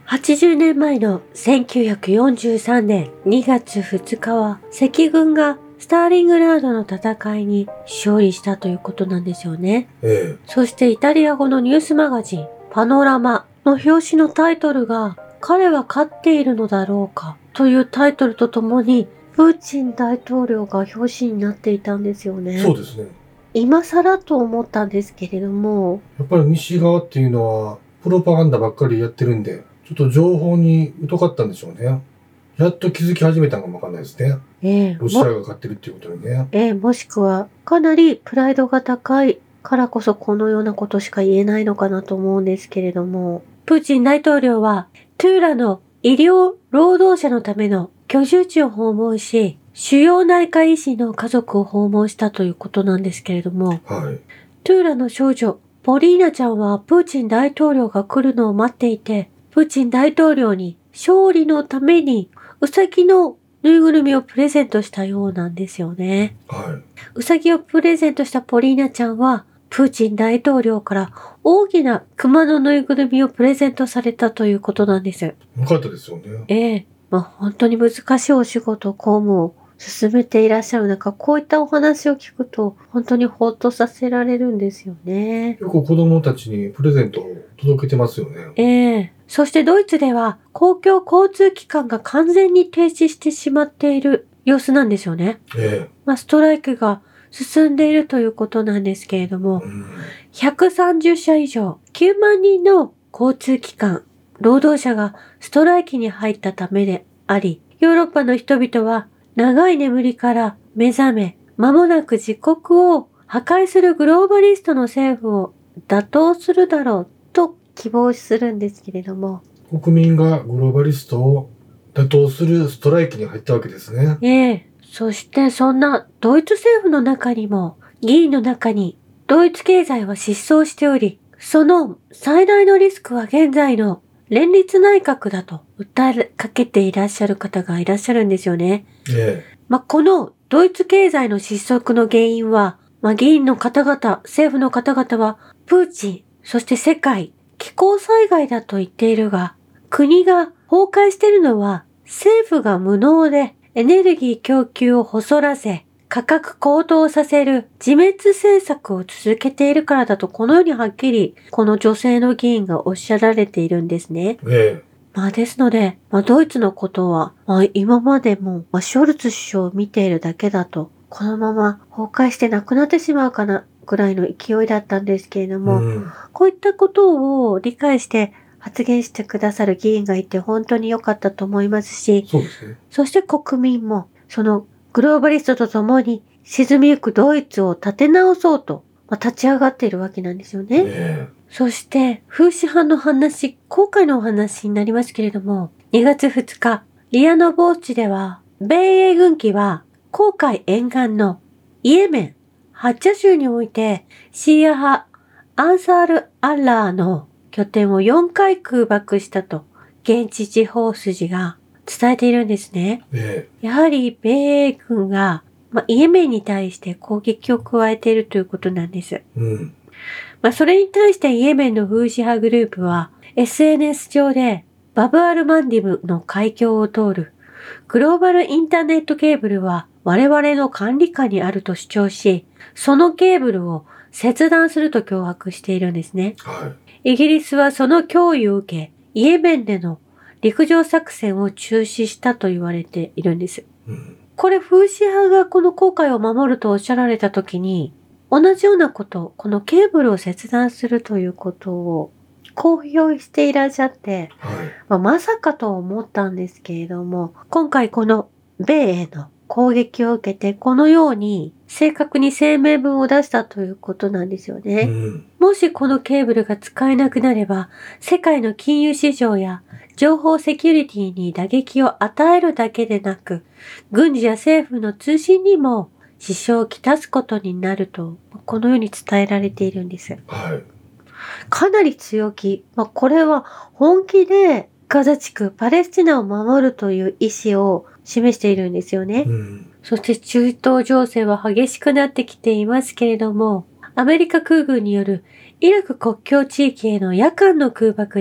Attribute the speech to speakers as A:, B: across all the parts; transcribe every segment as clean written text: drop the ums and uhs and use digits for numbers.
A: 80年前の1943年2月2日は赤軍がスターリングラードの戦いに勝利したということなんですよね。そしてイタリア語のニュースマガジンパノラマの表紙のタイトルが彼は勝っているのだろうかというタイトルとともにプーチン大統領が表紙になっていたんですよね。
B: そうですね。
A: 今更と思ったんですけれども、
B: やっぱり西側っていうのはプロパガンダばっかりやってるんで、ちょっと情報に疎かったんでしょうね。やっと気づき始めたのかもわかんないですね。ロシアが勝ってるっていうことにね。
A: もしくはかなりプライドが高いからこそこのようなことしか言えないのかなと思うんですけれども、プーチン大統領はトゥーラの医療労働者のための居住地を訪問し、主要内科医師の家族を訪問したということなんですけれども、トゥーラの少女ポリーナちゃんはプーチン大統領が来るのを待っていて、プーチン大統領に勝利のためにウサギのぬいぐるみをプレゼントしたようなんですよね。ウサギをプレゼントしたポリーナちゃんはプーチン大統領から大きな熊のぬいぐるみをプレゼントされたということなんです。
B: よかったですよね。
A: 本当に難しいお仕事、公務を進めていらっしゃる中、こういったお話を聞くと本当にほっとさせられるんですよね。
B: よく子供たちにプレゼントを届けてますよね。
A: そしてドイツでは公共交通機関が完全に停止してしまっている様子なんですよね。ストライキが進んでいるということなんですけれども、130社以上、9万人の交通機関、労働者がストライキに入ったためであり、ヨーロッパの人々は長い眠りから目覚め、間もなく自国を破壊するグローバリストの政府を打倒するだろうと希望するんですけれども、
B: 国民がグローバリストを打倒するストライキに入ったわけですね。
A: そしてそんなドイツ政府の中にも、議員の中にドイツ経済は失踪しており、その最大のリスクは現在の連立内閣だと訴えかけていらっしゃる方がいらっしゃるんですよね。このドイツ経済の失速の原因は、議員の方々、政府の方々はプーチン、そして世界、気候災害だと言っているが、国が崩壊しているのは政府が無能でエネルギー供給を細らせ、価格高騰させる自滅政策を続けているからだと、このようにはっきりこの女性の議員がおっしゃられているんですね。ですので、ドイツのことは、今までも、ショルツ首相を見ているだけだと、このまま崩壊してなくなってしまうかなぐらいの勢いだったんですけれども、こういったことを理解して発言してくださる議員がいて本当に良かったと思いますし、そして国民も、そのグローバリストと共に沈みゆくドイツを立て直そうと、立ち上がっているわけなんですよね。そして、風刺派の話、航海のお話になりますけれども、2月2日、リアノボーチでは、米英軍機は、航海沿岸のイエメン、ハッジャ州において、シーア派、アンサール・アッラーの拠点を4回空爆したと、現地地方筋が伝えているんですね。やはり、米英軍が、イエメンに対して攻撃を加えているということなんです。それに対してイエメンの風刺派グループは SNS 上でバブアルマンディブの海峡を通るグローバルインターネットケーブルは我々の管理下にあると主張し、そのケーブルを切断すると脅迫しているんですね。イギリスはその脅威を受け、イエメンでの陸上作戦を中止したと言われているんです。これ風刺派がこの航海を守るとおっしゃられたときに、同じようなこと、このケーブルを切断するということを公表していらっしゃって、まさかと思ったんですけれども、今回この米英の攻撃を受けて、このように正確に声明文を出したということなんですよね。もしこのケーブルが使えなくなれば、世界の金融市場や情報セキュリティに打撃を与えるだけでなく、軍事や政府の通信にも支障をきたすことになると、このように伝えられているんです。かなり強気。これは本気でガザ地区、パレスチナを守るという意思を示しているんですよね。そして中東情勢は激しくなってきていますけれども、アメリカ空軍によるイラク国境地域への夜間の空爆で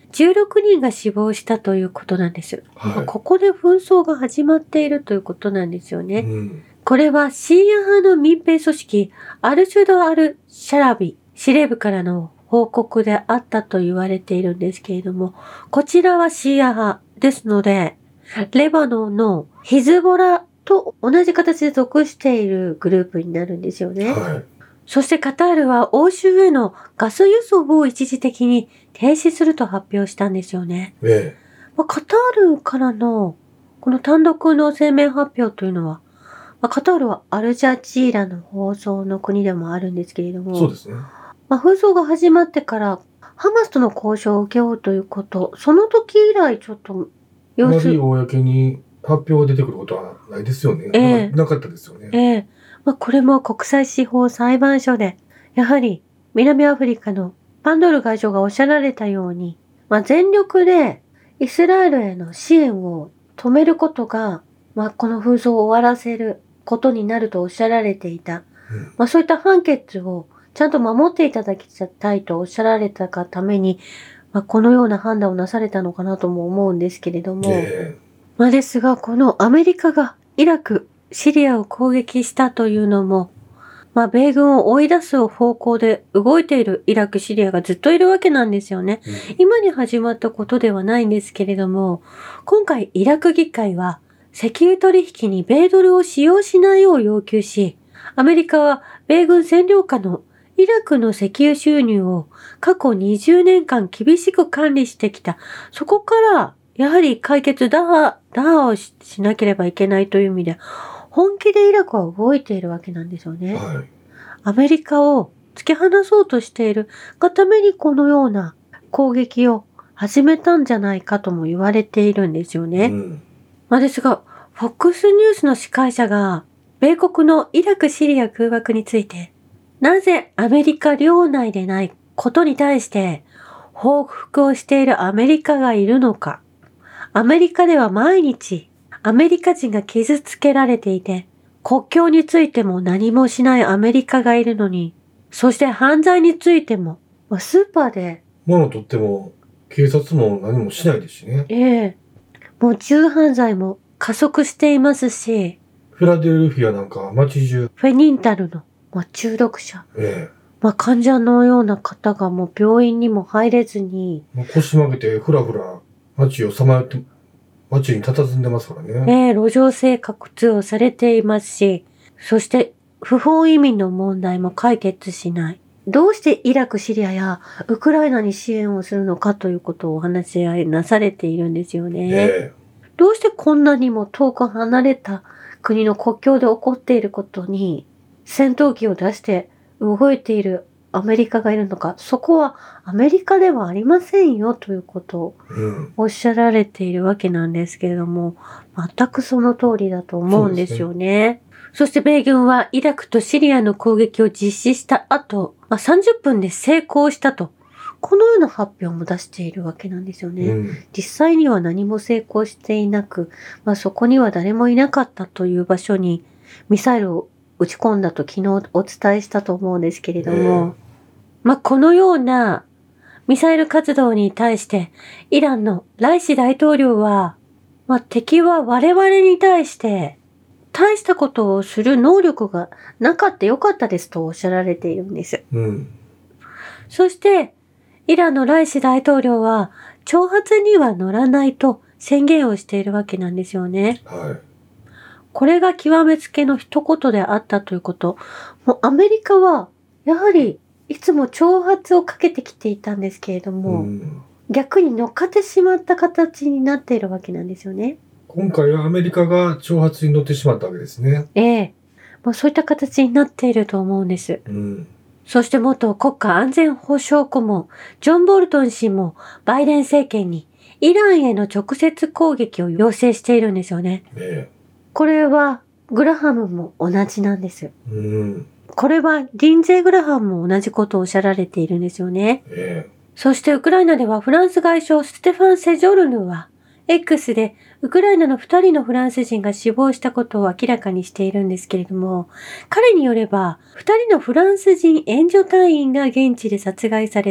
A: 16人が死亡したということなんです。
B: はい、
A: ここで紛争が始まっているということなんですよね。
B: うん、
A: これはシーア派の民兵組織アルシュド・アル・シャラビ司令部からの報告であったと言われているんですけれども、こちらはシーア派ですので、レバノンのヒズボラと同じ形で属しているグループになるんですよね。
B: はい、
A: そしてカタールは欧州へのガス輸送を一時的に停止すると発表したんですよね。カタールからのこの単独の声明発表というのは、カタールはアルジャジーラの放送の国でもあるんですけれども、
B: そうですね。
A: 紛争が始まってからハマスとの交渉を受けようということ、その時以来ちょっと
B: あまり公に発表が出てくることはないですよね。なかったですよね。
A: これも国際司法裁判所で、やはり南アフリカのパンドール外相がおっしゃられたように、全力でイスラエルへの支援を止めることが、この紛争を終わらせることになるとおっしゃられていた。そういった判決をちゃんと守っていただきたいとおっしゃられたがために、このような判断をなされたのかなとも思うんですけれども、ですが、このアメリカがイラク、シリアを攻撃したというのも、米軍を追い出す方向で動いているイラク、シリアがずっといるわけなんですよね。今に始まったことではないんですけれども、今回イラク議会は石油取引に米ドルを使用しないよう要求し、アメリカは米軍占領下のイラクの石油収入を過去20年間厳しく管理してきた。そこからやはり解決打破をしなければいけないという意味で、本気でイラクは動いているわけなんですよね。アメリカを突き放そうとしているがためにこのような攻撃を始めたんじゃないかとも言われているんですよね。ですが、FOX ニュースの司会者が米国のイラク・シリア空爆について、なぜアメリカ領内でないことに対して報復をしているアメリカがいるのか。アメリカでは毎日アメリカ人が傷つけられていて、国境についても何もしないアメリカがいるのに、そして犯罪についても、スーパーで
B: 物を取っても警察も何もしないですしね。
A: もう銃犯罪も加速していますし、
B: フィラデルフィアなんか街中
A: フェニンタルの中毒者、患者のような方がもう病院にも入れずに、
B: 腰曲げてふらふら街をさまよって街に佇んでますからね。
A: 路上生活をされていますし、そして不法移民の問題も解決しない。どうしてイラク、シリアやウクライナに支援をするのかということをお話し合いなされているんですよね。どうしてこんなにも遠く離れた国の国境で起こっていることに戦闘機を出して動いているアメリカがいるのか、そこはアメリカではありませんよということをおっしゃられているわけなんですけれども、全くその通りだと思うんですよね。そして米軍はイラクとシリアの攻撃を実施した後、30分で成功したと、このような発表も出しているわけなんですよね。実際には何も成功していなく、そこには誰もいなかったという場所にミサイルを撃ち込んだと昨日お伝えしたと思うんですけれども、このようなミサイル活動に対してイランのライシ大統領は、敵は我々に対して大したことをする能力がなかったよかったですとおっしゃられているんです。そしてイランのライシ大統領は挑発には乗らないと宣言をしているわけなんですよね。これが極めつけの一言であったということ。もうアメリカはやはりいつも挑発をかけてきていたんですけれども、逆に乗っかってしまった形になっているわけなんですよね。
B: 今回はアメリカが挑発に乗ってしまったわけですね。
A: そういった形になっていると思うんです。そして元国家安全保障顧問、ジョン・ボルトン氏もバイデン政権にイランへの直接攻撃を要請しているんですよね。これはグラハムも同じなんです。これはリンゼー・グラハムも同じことをおっしゃられているんですよね。そしてウクライナではフランス外相ステファン・セジョルヌは X でウクライナの2人のフランス人が死亡したことを明らかにしているんですけれども、彼によれば2人のフランス人援助隊員が現地で殺害された。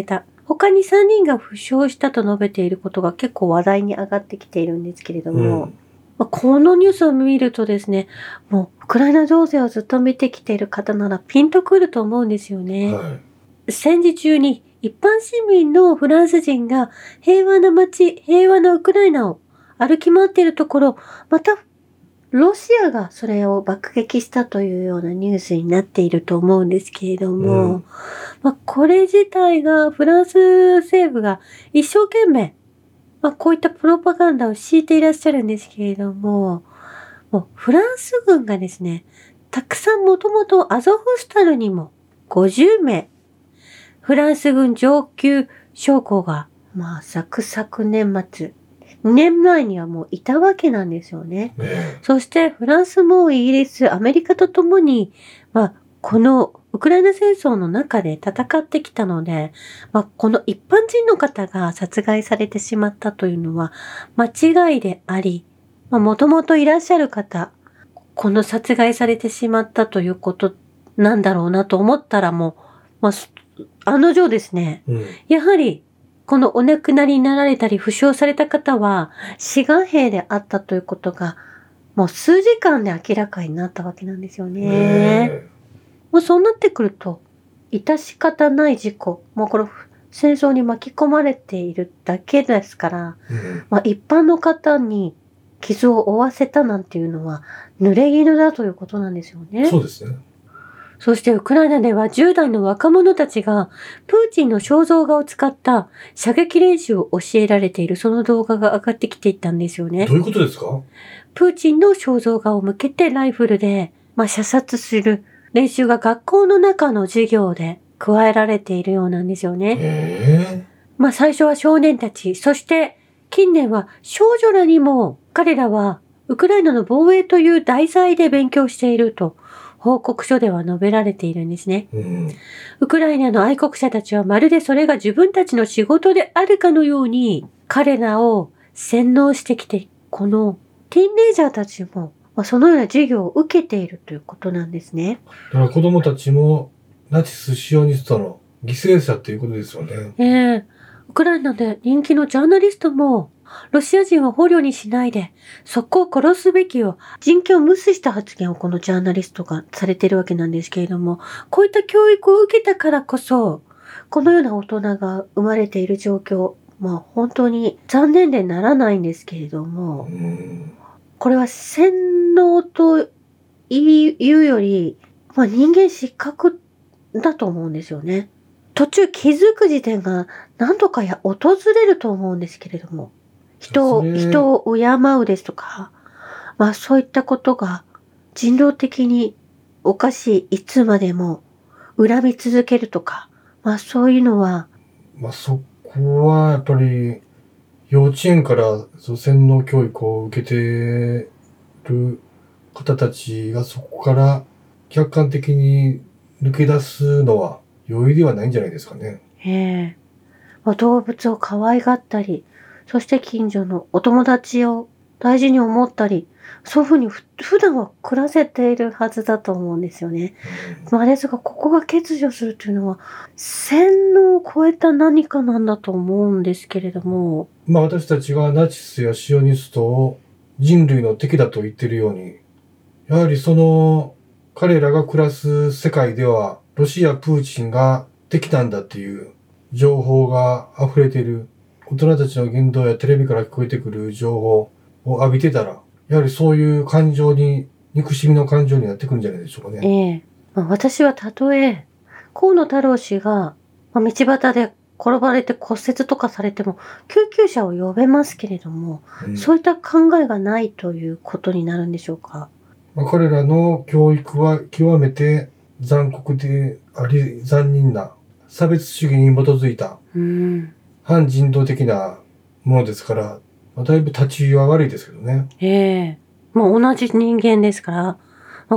A: 他に3人が負傷したと述べていることが結構話題に上がってきているんですけれども、このニュースを見るとですね、もうウクライナ情勢をずっと見てきている方ならピンとくると思うんですよね。戦時中に一般市民のフランス人が平和な街、平和なウクライナを歩き回っているところ、またロシアがそれを爆撃したというようなニュースになっていると思うんですけれども、これ自体がフランス政府が一生懸命、こういったプロパガンダを敷いていらっしゃるんですけれども、もうフランス軍がですね、たくさんもともとアゾフスタルにも50名、フランス軍上級将校が、昨年末、2年前にはもういたわけなんですよね。そしてフランスもイギリス、アメリカとともに、このウクライナ戦争の中で戦ってきたので、この一般人の方が殺害されてしまったというのは間違いであり、もともといらっしゃる方、この殺害されてしまったということなんだろうなと思ったらもう、案の定ですね、やはりこのお亡くなりになられたり負傷された方は志願兵であったということがもう数時間で明らかになったわけなんですよね。もうそうなってくると致し方ない事故、もうこれ戦争に巻き込まれているだけですから、一般の方に傷を負わせたなんていうのは濡れ衣だということなんですよね。
B: そうですね。
A: そしてウクライナでは10代の若者たちがプーチンの肖像画を使った射撃練習を教えられているその動画が上がってきていったんですよね。
B: どういうことですか？
A: プーチンの肖像画を向けてライフルで、射殺する練習が学校の中の授業で加えられているようなんですよね。最初は少年たち、そして近年は少女らにも彼らはウクライナの防衛という題材で勉強していると報告書では述べられているんですね。ウクライナの愛国者たちはまるでそれが自分たちの仕事であるかのように彼らを洗脳してきて、このティーンエイジャーたちもそのような授業を受けているということなんですね。
B: だから子供たちもナチスシオニストの犠牲者っていうことですよね。
A: ウクライナで人気のジャーナリストもロシア人は捕虜にしないで、そこを殺すべきを人権を無視した発言をこのジャーナリストがされているわけなんですけれども、こういった教育を受けたからこそ、このような大人が生まれている状況、本当に残念でならないんですけれども、これは洗脳というより、人間失格だと思うんですよね。途中気づく時点が何度か訪れると思うんですけれども、人を敬うですとか、そういったことが人道的におかしい、いつまでも恨み続けるとか、そういうのは。
B: そこはやっぱり幼稚園から洗脳教育を受けてる方たちがそこから客観的に抜け出すのは容易ではないんじゃないですかね。
A: 動物を可愛がったり、そして近所のお友達を大事に思ったり、そういうふうに普段は暮らせているはずだと思うんですよね。ですが、ここが欠如するというのは、洗脳を超えた何かなんだと思うんですけれども。
B: 私たちがナチスやシオニストを人類の敵だと言っているように、やはりその彼らが暮らす世界では、ロシア、プーチンが敵なんだっていう情報が溢れている。大人たちの言動やテレビから聞こえてくる情報を浴びてたら、やはりそういう感情に、憎しみの感情になってくるんじゃないでしょうかね。
A: 私はたとえ、河野太郎氏が、道端で転ばれて骨折とかされても、救急車を呼べますけれども、そういった考えがないということになるんでしょうか。
B: 彼らの教育は極めて残酷であり残忍な差別主義に基づいた反人道的なものですから、だいぶ立ちは悪いですけどね。
A: 同じ人間ですから、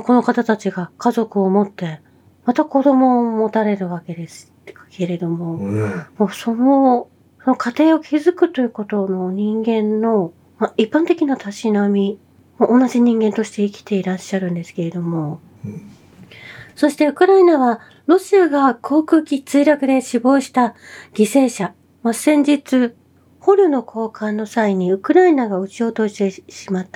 A: この方たちが家族を持って、また子供を持たれるわけですけれども、もうその家庭を築くということの人間の、一般的なたしなみ、同じ人間として生きていらっしゃるんですけれども、そしてウクライナはロシアが航空機墜落で死亡した犠牲者、先日、捕虜の交換の際にウクライナが撃ち落としてしま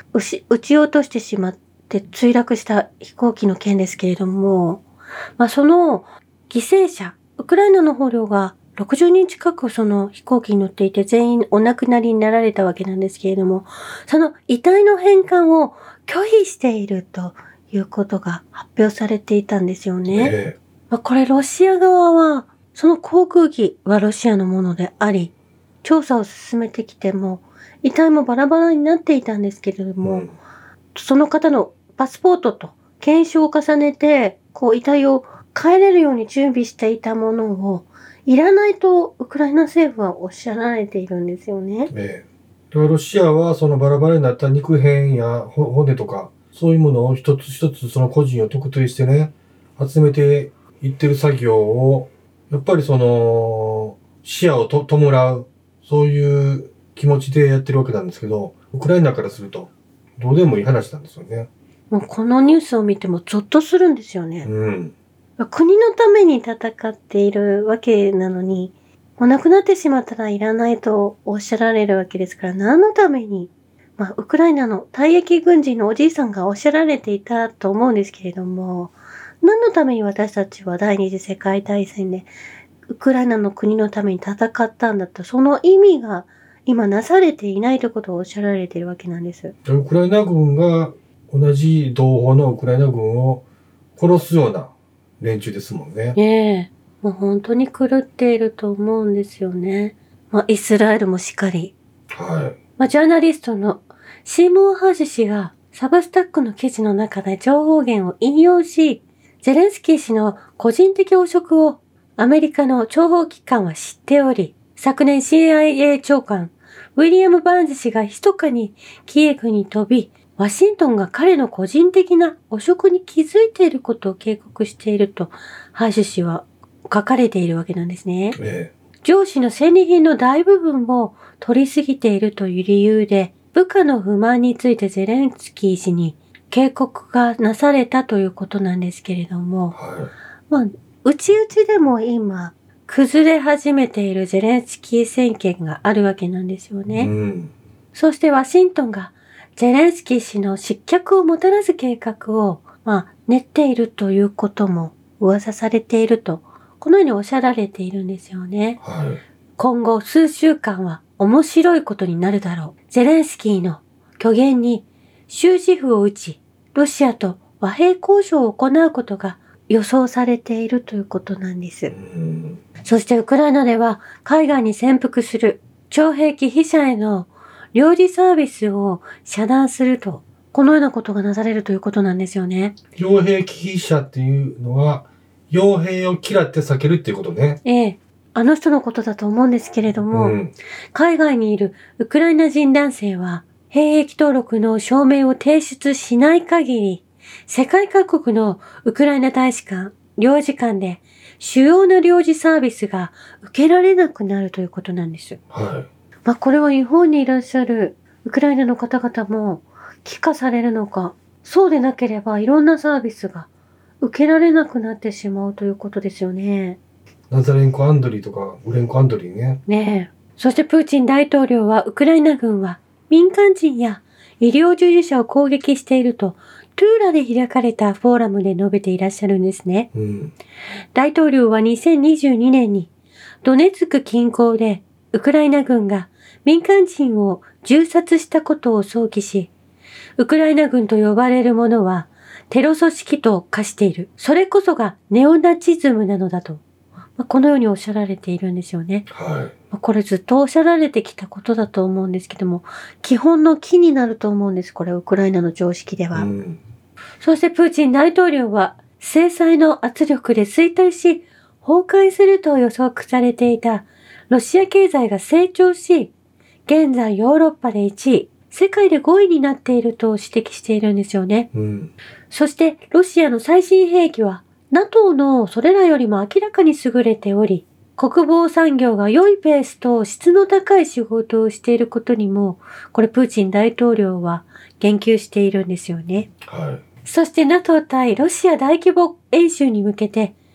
A: って墜落した飛行機の件ですけれども、その犠牲者、ウクライナの捕虜が60人近くその飛行機に乗っていて全員お亡くなりになられたわけなんですけれども、その遺体の返還を拒否しているということが発表されていたんですよね。これロシア側は、その航空機はロシアのものであり、調査を進めてきても、遺体もバラバラになっていたんですけれども、その方のパスポートと検証を重ねて、遺体を帰れるように準備していたものを、いらないとウクライナ政府はおっしゃられているんですよね。
B: ロシアはそのバラバラになった肉片や骨とか、そういうものを一つ一つその個人を特定してね、集めていってる作業を、やっぱりその、視野を弔う、そういう気持ちでやってるわけなんですけど、ウクライナからすると、どうでもいい話なんですよね。
A: もうこのニュースを見てもゾッとするんですよね。国のために戦っているわけなのに、亡くなってしまったらいらないとおっしゃられるわけですから、何のために、ウクライナの退役軍人のおじいさんがおっしゃられていたと思うんですけれども、何のために私たちは第二次世界大戦でウクライナの国のために戦ったんだと、その意味が今なされていないということをおっしゃられているわけなんです。
B: ウクライナ軍が同じ同胞のウクライナ軍を殺すような連中ですもんね。
A: もう本当に狂っていると思うんですよね。イスラエルもしかり。
B: ジャ
A: ーナリストのシーモア・ハージ氏がサブスタックの記事の中で情報源を引用し、ゼレンスキー氏の個人的汚職をアメリカの諜報機関は知っており、昨年 CIA 長官ウィリアム・バーンズ氏が密かにキエフに飛び、ワシントンが彼の個人的な汚職に気づいていることを警告していると、ハージ氏は書かれているわけなんですね。上司の戦利品の大部分を取りすぎているという理由で、部下の不満についてゼレンスキー氏に警告がなされたということなんですけれども、内々でも今、崩れ始めているゼレンスキー政権があるわけなんですよね。そしてワシントンがゼレンスキー氏の失脚をもたらす計画を、練っているということも噂されていると、このようにおっしゃられているんですよね。今後数週間は面白いことになるだろう。ゼレンスキーの虚言に終止符を打ち、ロシアと和平交渉を行うことが予想されているということなんです。そしてウクライナでは海外に潜伏する徴兵器飛車への領事サービスを遮断すると、このようなことがなされるということなんですよね。
B: 傭兵飛車っていうのは、傭兵を嫌って避けるっていうことね。
A: あの人のことだと思うんですけれども、海外にいるウクライナ人男性は、兵役登録の証明を提出しない限り、世界各国のウクライナ大使館、領事館で主要な領事サービスが受けられなくなるということなんです。これは日本にいらっしゃるウクライナの方々も帰化されるのか、そうでなければいろんなサービスが受けられなくなってしまうということですよね。
B: ナザレンコ・アンドリーとかグレンコ・アンドリーね。
A: そしてプーチン大統領はウクライナ軍は民間人や医療従事者を攻撃しているとトゥーラで開かれたフォーラムで述べていらっしゃるんですね。大統領は2022年にドネツク近郊でウクライナ軍が民間人を銃殺したことを想起し、ウクライナ軍と呼ばれるものはテロ組織と化している。それこそがネオナチズムなのだと。このようにおっしゃられているんですよね。これずっとおっしゃられてきたことだと思うんですけども、基本の木になると思うんです。これウクライナの常識では。そしてプーチン大統領は制裁の圧力で衰退し、崩壊すると予測されていたロシア経済が成長し、現在ヨーロッパで1位、世界で5位になっていると指摘しているんですよね。そしてロシアの最新兵器は NATO のそれらよりも明らかに優れており、国防産業が良いペースと質の高い仕事をしていることにも、これプーチン大統領は言及しているんですよね。そして NATO 対ロシア大規模演習に向けて、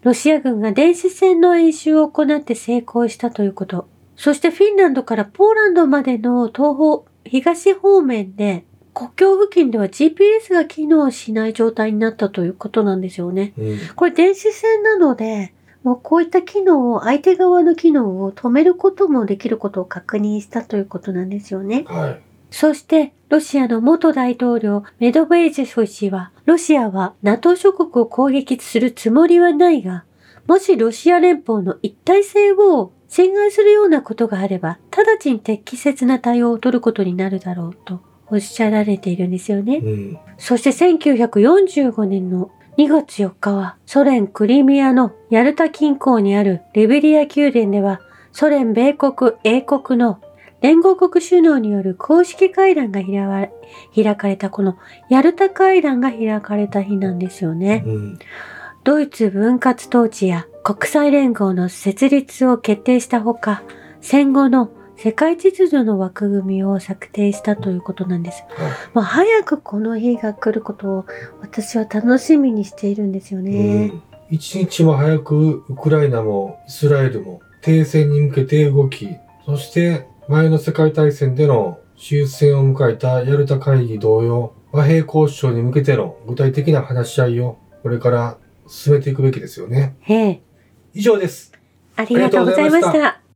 A: ロシア軍が電子戦の演習を行って成功したということ。そしてフィンランドからポーランドまでの東方面で国境付近では GPS が機能しない状態になったということなんですよね。これ電子戦なので、もうこういった機能を、相手側の機能を止めることもできることを確認したということなんですよね。
B: はい。
A: そして、ロシアの元大統領メドベージェフ氏は、ロシアは NATO 諸国を攻撃するつもりはないが、もしロシア連邦の一体性を侵害するようなことがあれば、直ちに適切な対応を取ることになるだろうとおっしゃられているんですよね。そして1945年の2月4日は、ソ連クリミアのヤルタ近郊にあるリベリア宮殿では、ソ連米国英国の連合国首脳による公式会談が開かれた、このヤルタ会談が開かれた日なんですよね。ドイツ分割統治や国際連合の設立を決定したほか、戦後の世界秩序の枠組みを策定したということなんです。早くこの日が来ることを私は楽しみにしているんですよね。
B: 一日も早くウクライナもイスラエルも停戦に向けて動き、そして前の世界大戦での終戦を迎えたヤルタ会議同様、和平交渉に向けての具体的な話し合いをこれから進めていくべきですよね。以上です。
A: ありがとうございました。